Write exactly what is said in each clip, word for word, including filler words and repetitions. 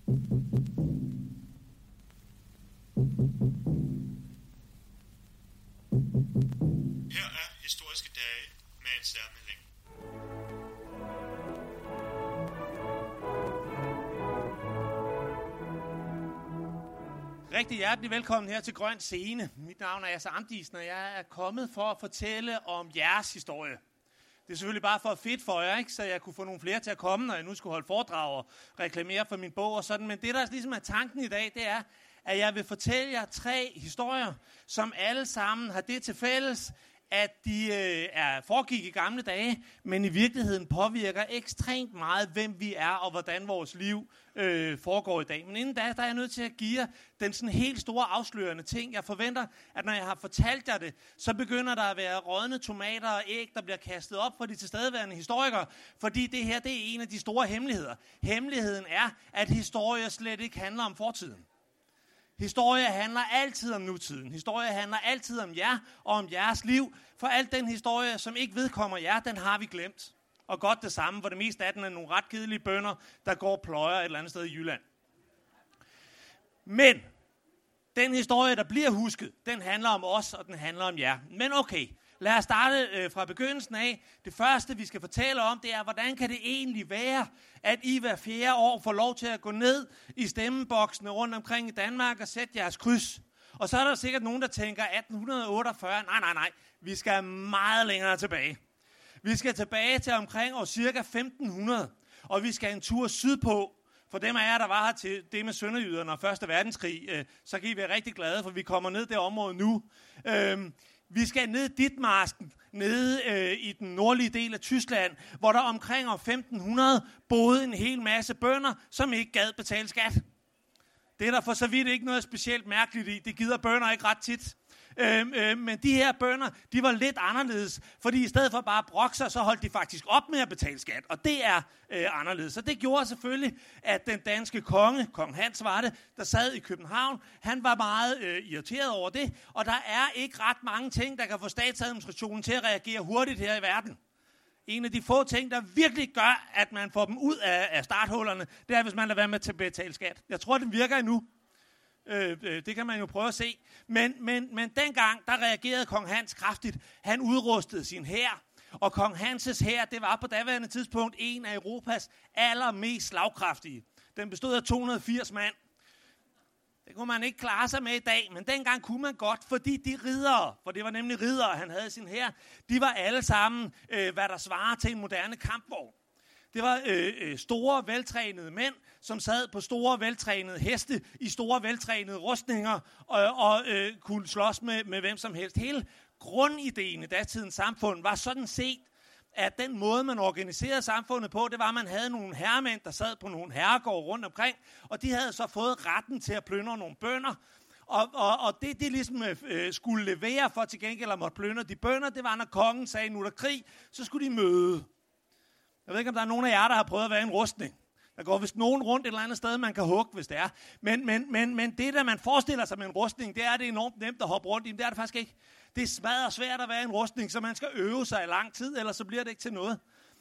Her er historiske dage med en særmelding. Rigtig hjertelig velkommen her til Grøn Scene. Mit navn er Asse Amdisen, og jeg er kommet for at fortælle om jeres historie. Det er selvfølgelig bare for fedt for jer, ikke? Så jeg kunne få nogle flere til at komme, når jeg nu skulle holde foredrag og reklamere for min bog og sådan. Men det, der ligesom er tanken i dag, det er, at jeg vil fortælle jer tre historier, som alle sammen har det til fælles, at de øh, er foregik i gamle dage, men i virkeligheden påvirker ekstremt meget, hvem vi er og hvordan vores liv øh, foregår i dag. Men inden da, der er jeg nødt til at give jer den sådan helt store afslørende ting. Jeg forventer, at når jeg har fortalt jer det, så begynder der at være rådne tomater og æg, der bliver kastet op for de tilstedeværende historikere, fordi det her, det er en af de store hemmeligheder. Hemmeligheden er, at historie slet ikke handler om fortiden. Historie handler altid om nutiden. Historie handler altid om jer og om jeres liv. For alt den historie, som ikke vedkommer jer, den har vi glemt. Og godt det samme, for det meste af den er nogle ret kedelige bønder, der går og pløjer et eller andet sted i Jylland. Men den historie, der bliver husket, den handler om os, og den handler om jer. Men okay, lad os starte øh, fra begyndelsen af. Det første, vi skal fortælle om, det er, hvordan kan det egentlig være, at I hver fjerde år får lov til at gå ned i stemmeboksene rundt omkring i Danmark og sætte jeres kryds. Og så er der sikkert nogen, der tænker atten otteogfyrre. Nej, nej, nej. Vi skal meget længere tilbage. Vi skal tilbage til omkring år cirka femten hundrede. Og vi skal en tur sydpå. For dem af jer, der var her til det med sønderjyderne og første verdenskrig, øh, så kan I være rigtig glade, for vi kommer ned det område nu. Øh, Vi skal ned Ditmarsken, nede øh, i den nordlige del af Tyskland, hvor der omkring år femten hundrede boede en hel masse bønder, som ikke gad betale skat. Det er der for så vidt ikke noget specielt mærkeligt i. Det gider bønder ikke ret tit. Øh, øh, men de her bønder, de var lidt anderledes, fordi i stedet for bare at brokke sig, så holdt de faktisk op med at betale skat. Og det er øh, anderledes. Så det gjorde selvfølgelig, at den danske konge, kong Hans var det, der sad i København, han var meget øh, irriteret over det. Og der er ikke ret mange ting, der kan få statsadministrationen til at reagere hurtigt her i verden. En af de få ting, der virkelig gør, at man får dem ud af, af starthullerne, det er, hvis man lader være med til at betale skat. Jeg tror, det virker endnu. Øh, øh, det kan man jo prøve at se. Men, men, men dengang, der reagerede kong Hans kraftigt. Han udrustede sin hær. Og kong Hanses hær, det var på daværende tidspunkt en af Europas allermest slagkraftige. Den bestod af to hundrede og firs mand. Det kunne man ikke klare sig med i dag, men dengang kunne man godt, fordi de riddere, for det var nemlig riddere, han havde i sin hær, de var alle sammen, øh, hvad der svarer til en moderne kampvogn. Det var øh, store, veltrænede mænd, som sad på store, veltrænede heste, i store, veltrænede rustninger, og, og øh, kunne slås med, med hvem som helst. Hele grundideen i datidens samfund var sådan set, at den måde, man organiserede samfundet på, det var, at man havde nogle herremænd, der sad på nogle herregårde rundt omkring, og de havde så fået retten til at plyndre nogle bønder. Og, og, og det, de ligesom øh, skulle levere for til gengæld at måtte plyndre de bønder, det var, når kongen sagde, nu er der krig, så skulle de møde. Jeg ved ikke, om der er nogen af jer, der har prøvet at være i en rustning. Der går vist nogen rundt et eller andet sted, man kan hugge, hvis det er. Men, men, men, men det, der man forestiller sig med en rustning, det er, det er enormt nemt at hoppe rundt i. Men det er det faktisk ikke. Det er smadret svært at være i en rustning, så man skal øve sig i lang tid, ellers så bliver det ikke til noget.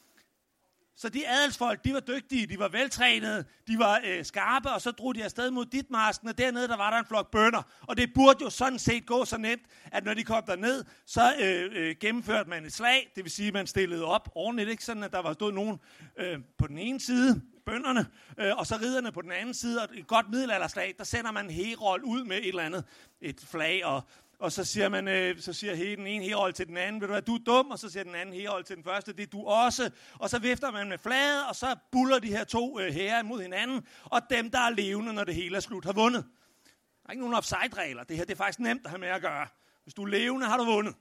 Så de adelsfolk, de var dygtige, de var veltrænede, de var øh, skarpe, og så drog de afsted mod Ditmarsken, og dernede der var der en flok bønder. Og det burde jo sådan set gå så nemt, at når de kom derned, så øh, øh, gennemførte man et slag, det vil sige, at man stillede op ordentligt, ikke sådan, at der var stået nogen øh, på den ene side, bønderne, øh, og så ridderne på den anden side, og et godt middelalderslag, der sender man en herold ud med et eller andet, et flag, og Og så siger man, øh, så siger he, den ene herold til den anden, ved du hvad, du er dum, og så siger den anden herold til den første, det er du også. Og så vifter man med flaget, og så buller de her to øh, hære mod hinanden, og dem, der er levende, når det hele er slut, har vundet. Der er ikke nogen offside-regler, det her det er faktisk nemt at have med at gøre. Hvis du er levende, har du vundet.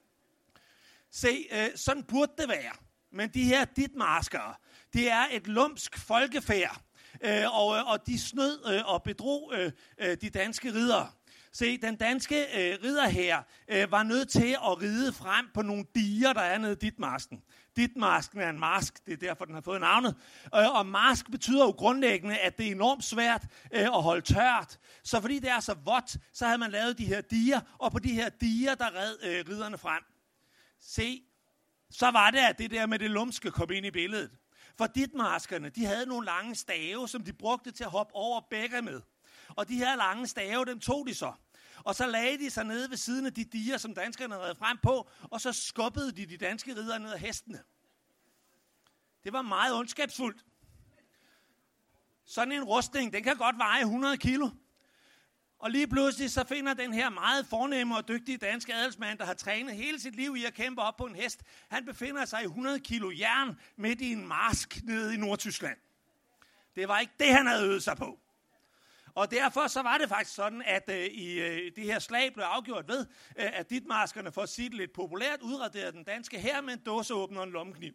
Se, øh, sådan burde det være. Men de her ditmarskere, det er et lumsk folkefærd, øh, og, og de snød øh, og bedrog øh, øh, de danske riddere. Se, den danske øh, ridderhær øh, var nødt til at ride frem på nogle diger, der er nede i Ditmarsken. Ditmarsken er en marsk, det er derfor, den har fået navnet. Øh, og marsk betyder jo grundlæggende, at det er enormt svært øh, at holde tørt. Så fordi det er så vådt, så havde man lavet de her diger, og på de her diger, der red øh, ridderne frem. Se, så var det, at det der med det lumske kom ind i billedet. For ditmarskerne, de havde nogle lange stave, som de brugte til at hoppe over bækker med. Og de her lange stave, dem tog de så. Og så lagde de sig nede ved siden af de diger, som danskerne havde frem på, og så skubbede de de danske riddere ned af hestene. Det var meget ondskabsfuldt. Sådan en rustning, den kan godt veje hundrede kilo. Og lige pludselig så finder den her meget fornemme og dygtige danske adelsmand, der har trænet hele sit liv i at kæmpe op på en hest, han befinder sig i hundrede kilo jern midt i en marsk nede i Nordtyskland. Det var ikke det, han havde øvet sig på. Og derfor så var det faktisk sådan, at øh, i øh, det her slag blev afgjort ved, øh, at ditmarskerne, for at sige det lidt populært, udraderede den danske hær med en dåseåbner og en lommekniv.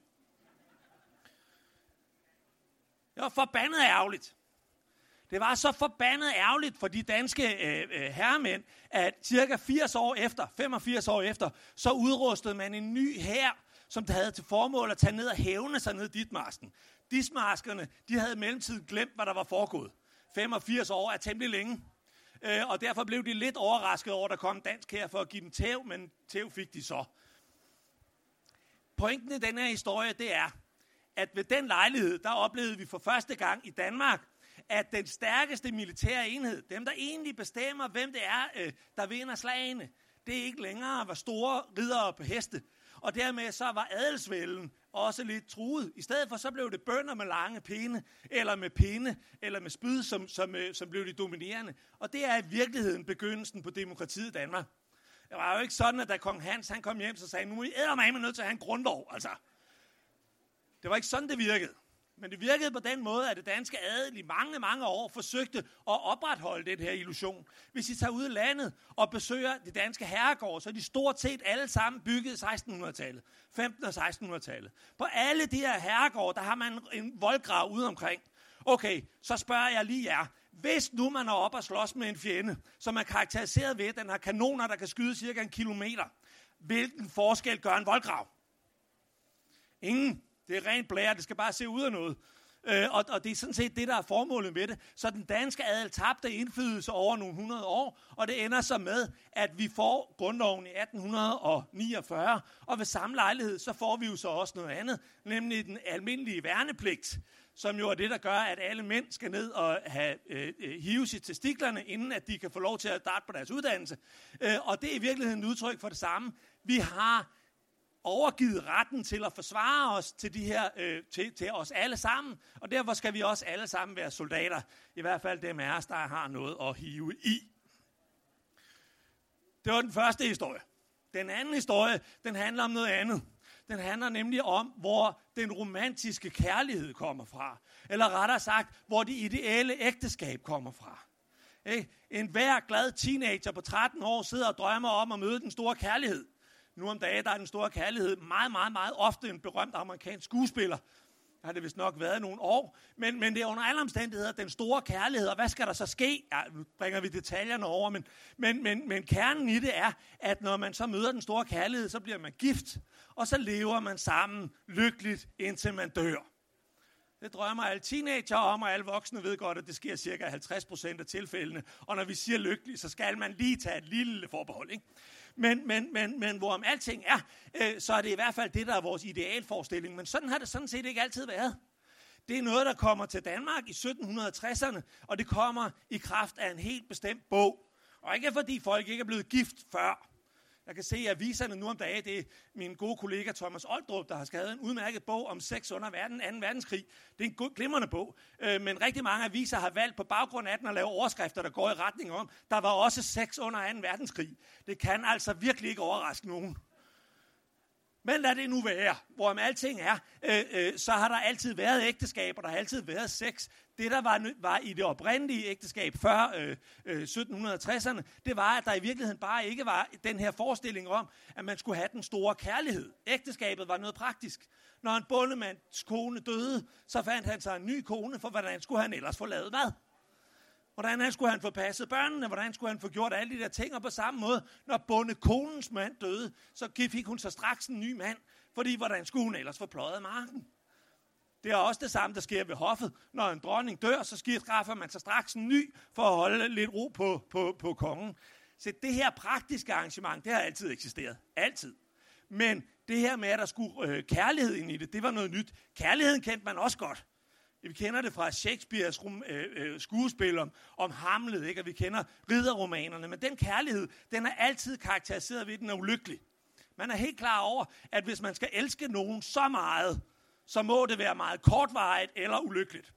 Det var forbandet ærgerligt. Det var så forbandet ærgerligt for de danske øh, øh, herremænd, at cirka firs år efter, femogfirs år efter, så udrustede man en ny hær, som havde til formål at tage ned og hævne sig ned i ditmarsken. Ditmarskerne, de havde i mellemtiden glemt, hvad der var foregået. femogfirs år er temmelig længe, øh, og derfor blev de lidt overrasket over, at der kom dansk her for at give dem tæv, men tæv fik de så. Pointen i den her historie, det er, at ved den lejlighed, der oplevede vi for første gang i Danmark, at den stærkeste militære enhed, dem der egentlig bestemmer, hvem det er, øh, der vinder slagene, det ikke længere var store riddere på heste. Og dermed så var adelsvælden også lidt truet. I stedet for så blev det bønder med lange pinde, eller med pinde, eller med spyd, som, som, øh, som blev de dominerende. Og det er i virkeligheden begyndelsen på demokratiet i Danmark. Det var jo ikke sådan, at da kong Hans han kom hjem, så sagde, nu må I eddermame nødt til at have en grundlov. Altså. Det var ikke sådan, det virkede. Men det virkede på den måde, at det danske adel i mange, mange år forsøgte at opretholde den her illusion. Hvis I tager ud i landet og besøger det danske herregård, så er de stort set alle sammen bygget i sekstenhundredetallet, femten- og sekstenhundredetallet. På alle de her herregård, der har man en voldgrav ude omkring. Okay, så spørger jeg lige jer. Hvis nu man er oppe og slås med en fjende, som er karakteriseret ved, at den har kanoner, der kan skyde cirka en kilometer, hvilken forskel gør en voldgrav? Ingen. Det er rent blære, det skal bare se ud af noget. Øh, og, og det er sådan set det, der er formålet med det. Så den danske adel tabte indflydelse over nogle hundrede år, og det ender så med, at vi får grundloven i atten niogfyrre, og ved samme lejlighed, så får vi jo så også noget andet, nemlig den almindelige værnepligt, som jo er det, der gør, at alle mænd skal ned og have øh, hives i testiklerne, inden at de kan få lov til at starte på deres uddannelse. Øh, og det er i virkeligheden et udtryk for det samme. Vi har overgivet retten til at forsvare os til, de her, øh, til, til os alle sammen, og derfor skal vi også alle sammen være soldater, i hvert fald dem af os, der har noget at hive i. Det var den første historie. Den anden historie, den handler om noget andet. Den handler nemlig om, hvor den romantiske kærlighed kommer fra, eller rettere sagt, hvor det ideelle ægteskab kommer fra. En hver glad teenager på tretten år sidder og drømmer om at møde den store kærlighed. Nu om dagen, der er den store kærlighed meget, meget, meget ofte en berømt amerikansk skuespiller. Der har det vist nok været nogle år. Men, men det er under alle omstændigheder den store kærlighed. Og hvad skal der så ske? Ja, nu bringer vi detaljerne over. Men, men, men, men kernen i det er, at når man så møder den store kærlighed, så bliver man gift. Og så lever man sammen lykkeligt, indtil man dør. Det drømmer alle teenager om, og alle voksne ved godt, at det sker cirka halvtreds procent af tilfældene. Og når vi siger lykkelig, så skal man lige tage et lille forbehold, ikke? Men, men, men, men hvorom alting er, øh, så er det i hvert fald det, der er vores idealforestilling. Men sådan har det sådan set ikke altid været. Det er noget, der kommer til Danmark i sytten tresserne, og det kommer i kraft af en helt bestemt bog. Og ikke fordi folk ikke er blevet gift før. Jeg kan se i aviserne nu om dagen, det er min gode kollega Thomas Oldrup, der har skrevet en udmærket bog om sex under verden, anden verdenskrig. Det er en god, glimrende bog, øh, men rigtig mange aviser har valgt på baggrund af den at lave overskrifter, der går i retning om, der var også sex under anden verdenskrig. Det kan altså virkelig ikke overraske nogen. Men lad det nu være, hvorom alting er, øh, øh, så har der altid været ægteskab, og der har altid været sex. Det, der var, var i det oprindelige ægteskab før øh, øh, sytten tresserne, det var, at der i virkeligheden bare ikke var den her forestilling om, at man skulle have den store kærlighed. Ægteskabet var noget praktisk. Når en bondemands kone døde, så fandt han sig en ny kone, for hvordan skulle han ellers få lavet hvad? Hvordan han skulle han få passet børnene? Hvordan skulle han få gjort alle de der ting? Og på samme måde, når bondekonens mand døde, så fik hun så straks en ny mand. Fordi hvordan skulle hun ellers få pløjet marken? Det er også det samme, der sker ved hoffet. Når en dronning dør, så skaffer man sig straks en ny, for at holde lidt ro på, på, på kongen. Så det her praktiske arrangement, det har altid eksisteret. Altid. Men Det her med, at der skulle øh, kærlighed ind i det, det var noget nyt. Kærligheden kendte man også godt. Vi kender det fra Shakespeares rum, øh, øh, skuespil om, om Hamlet, ikke? Og vi kender ridderromanerne. Men den kærlighed, den er altid karakteriseret ved, at den er ulykkelig. Man er helt klar over, at hvis man skal elske nogen så meget, så må det være meget kortvarigt eller ulykkeligt.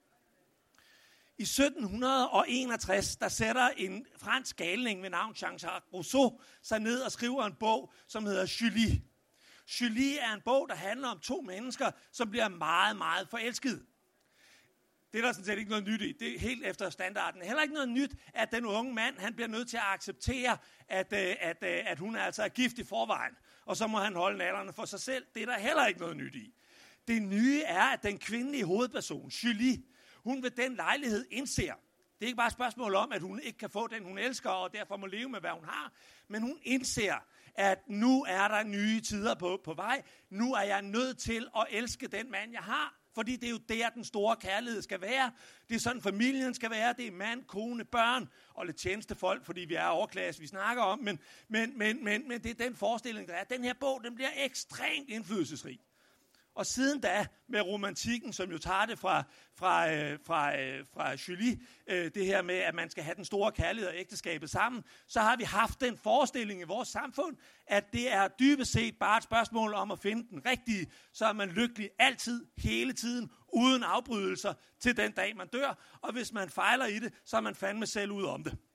I sytten enogtres, der sætter en fransk galning ved navn Jean-Jacques Rousseau sig ned og skriver en bog, som hedder Julie. Julie er en bog, der handler om to mennesker, som bliver meget, meget forelskede. Det er der sådan set ikke noget nyt i. Det er helt efter standarden. Heller ikke noget nyt, at den unge mand, han bliver nødt til at acceptere, at, at, at hun altså er gift i forvejen. Og så må han holde nallerne for sig selv. Det er der heller ikke noget nyt i. Det nye er, at den kvindelige hovedperson, Julie, hun ved den lejlighed indser. Det er ikke bare et spørgsmål om, at hun ikke kan få den, hun elsker, og derfor må leve med, hvad hun har. Men hun indser, at nu er der nye tider på, på vej. Nu er jeg nødt til at elske den mand, jeg har. Fordi det er jo der, den store kærlighed skal være. Det er sådan, familien skal være. Det er mand, kone, børn og lidt tjenestefolk, fordi vi er overklasse, vi snakker om. Men, men, men, men, men det er den forestilling, der er. Den her bog, den bliver ekstremt indflydelsesrig. Og siden da, med romantikken, som jo tager det fra, fra, øh, fra, øh, fra Julie, øh, det her med, at man skal have den store kærlighed og ægteskabet sammen, så har vi haft den forestilling i vores samfund, at det er dybest set bare et spørgsmål om at finde den rigtige, så er man lykkelig altid, hele tiden, uden afbrydelser, til den dag man dør. Og hvis man fejler i det, så er man fandme selv ud om det.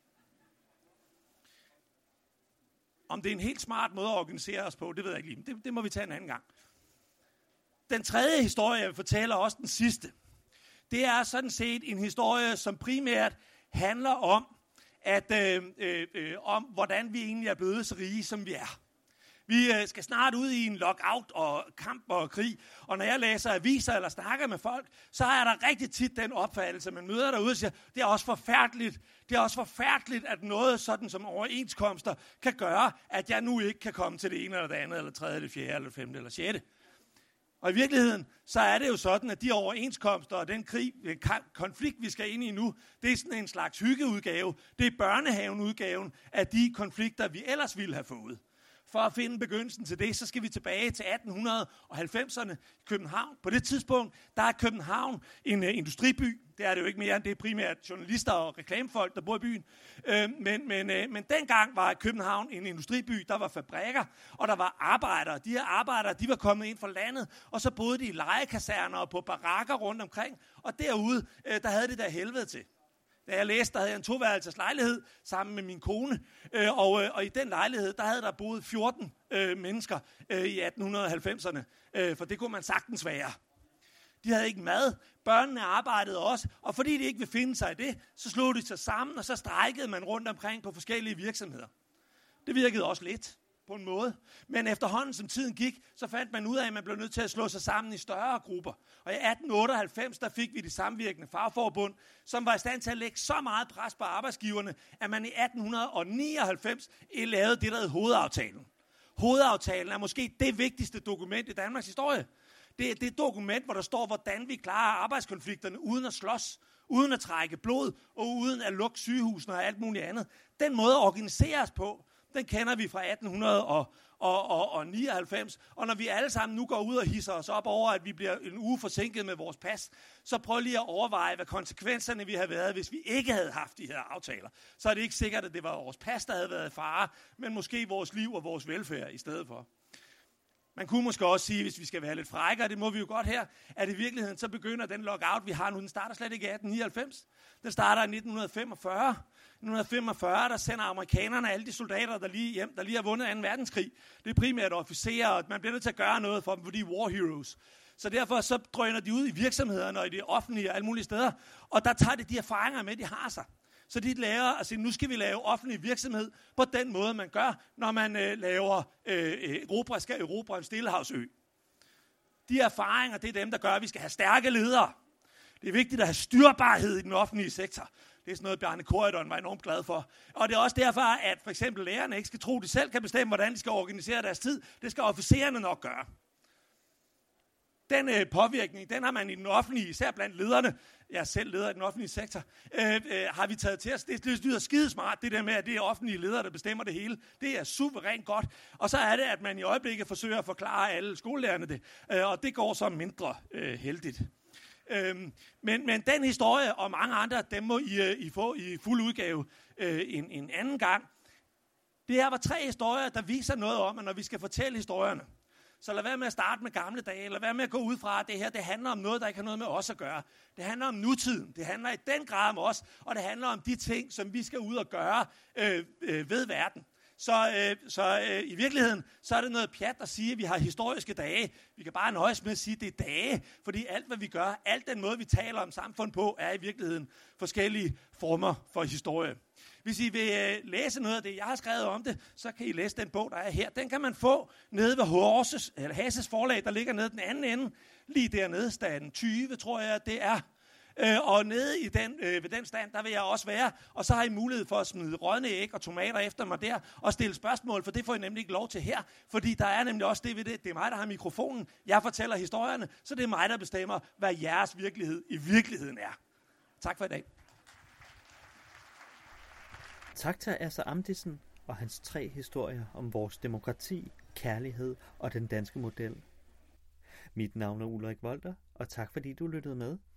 Om det er en helt smart måde at organisere os på, det ved jeg ikke lige. Det, det må vi tage en anden gang. Den tredje historie, jeg vil fortælle, også den sidste, det er sådan set en historie, som primært handler om, at, øh, øh, om hvordan vi egentlig er blevet så rige, som vi er. Vi øh, skal snart ud i en lockout og kamp og krig, og når jeg læser aviser eller snakker med folk, så er der rigtig tit den opfattelse, man møder derude og siger, det er også forfærdeligt, det er også forfærdeligt, at noget sådan som overenskomster kan gøre, at jeg nu ikke kan komme til det ene eller det andet, eller tredje, eller fjerde, eller femte, eller sjette. Og i virkeligheden, så er det jo sådan, at de overenskomster og den krig, konflikt, vi skal ind i nu, det er sådan en slags hyggeudgave. Det er børnehavenudgaven af de konflikter, vi ellers ville have fået. For at finde begyndelsen til det, så skal vi tilbage til atten halvfemserne i København. På det tidspunkt, der er København en uh, industriby. Det er det jo ikke mere, det er primært journalister og reklamefolk, der bor i byen. Uh, men, men, uh, men dengang var København en industriby, der var fabrikker, og der var arbejdere. De her arbejdere, de var kommet ind fra landet, og så boede de i legekaserner og på barakker rundt omkring. Og derude, uh, der havde det der helvede til. Da jeg læste, der havde jeg en toværelses lejlighed sammen med min kone, øh, og, øh, og i den lejlighed, der havde der boet fjorten øh, mennesker øh, i atten halvfemserne, øh, for det kunne man sagtens være. De havde ikke mad, børnene arbejdede også, og fordi de ikke ville finde sig i det, så slog de sig sammen, og så strejkede man rundt omkring på forskellige virksomheder. Det virkede også lidt på en måde, men efterhånden som tiden gik, så fandt man ud af, at man blev nødt til at slå sig sammen i større grupper. Og i atten otteoghalvfems, der fik vi de samvirkende fagforbund, som var i stand til at lægge så meget pres på arbejdsgiverne, at man i atten nioghalvfems lavede det, der hed hovedaftalen. Hovedaftalen er måske det vigtigste dokument i Danmarks historie. Det er det dokument, hvor der står, hvordan vi klarer arbejdskonflikterne uden at slås, uden at trække blod og uden at lukke sygehusene og alt muligt andet. Den måde at organisere os på, den kender vi fra atten nioghalvfems, og når vi alle sammen nu går ud og hisser os op over, at vi bliver en uge forsinket med vores pas, så prøv lige at overveje, hvad konsekvenserne ville have været, hvis vi ikke havde haft de her aftaler. Så er det ikke sikkert, at det var vores pas, der havde været i fare, men måske vores liv og vores velfærd i stedet for. Man kunne måske også sige, hvis vi skal være lidt frækkere, det må vi jo godt her, at i virkeligheden så begynder den lockout, vi har nu, den starter slet ikke i atten nioghalvfems. Den starter i nitten femogfyrre. nitten femogfyrre, der sender amerikanerne alle de soldater, der lige hjem, der lige har vundet anden verdenskrig. Det er primært officerer, og man bliver nødt til at gøre noget for dem, for de er war heroes. Så derfor så drøner de ud i virksomhederne og i det offentlige og alle mulige steder, og der tager de de erfaringer med, de har sig. Så de lærer at sige, nu skal vi lave offentlig virksomhed på den måde, man gør, når man øh, laver øh, Europa, skal Europa en stillehavsø. De erfaringer, det er dem, der gør, at vi skal have stærke ledere. Det er vigtigt at have styrbarhed i den offentlige sektor. Det er sådan noget, Bjarne Corydon var enormt glad for. Og det er også derfor, at for eksempel lærerne ikke skal tro, at de selv kan bestemme, hvordan de skal organisere deres tid. Det skal officererne nok gøre. den øh, påvirkning, den har man i den offentlige, især blandt lederne, jeg er selv leder i den offentlige sektor, øh, øh, har vi taget til os. Det, det lyder skidesmart, det der med, at det er offentlige ledere, der bestemmer det hele. Det er suverænt godt. Og så er det, at man i øjeblikket forsøger at forklare alle skolelærerne det, øh, og det går så mindre øh, heldigt. Øhm, men, men den historie og mange andre, dem må I, uh, I få i fuld udgave uh, en, en anden gang. Det her var tre historier, der viser noget om, at når vi skal fortælle historierne, så lad være med at starte med gamle dage, lad være med at gå ud fra, at det her det handler om noget, der ikke har noget med os at gøre. Det handler om nutiden, det handler i den grad om os, og det handler om de ting, som vi skal ud og gøre øh, øh, ved verden. Så, øh, så øh, i virkeligheden, så er det noget pjat at sige, at vi har historiske dage. Vi kan bare nøjes med at sige, at det er dage, fordi alt, hvad vi gør, alt den måde, vi taler om samfund på, er i virkeligheden forskellige former for historie. Hvis I vil øh, læse noget af det, jeg har skrevet om det, så kan I læse den bog, der er her. Den kan man få nede ved Horses, eller Hases forlag, der ligger nede den anden ende. Lige dernede, stand tyve, tror jeg, det er. Øh, og nede i den, øh, ved den stand, der vil jeg også være. Og så har I mulighed for at smide rådne æg og tomater efter mig der, og stille spørgsmål, for det får I nemlig ikke lov til her. Fordi der er nemlig også det ved det. Det er mig, der har mikrofonen. Jeg fortæller historierne, så det er mig, der bestemmer, hvad jeres virkelighed i virkeligheden er. Tak for i dag. Tak til Asser Amdisen og hans tre historier om vores demokrati, kærlighed og den danske model. Mit navn er Ulrik Volter, og tak fordi du lyttede med.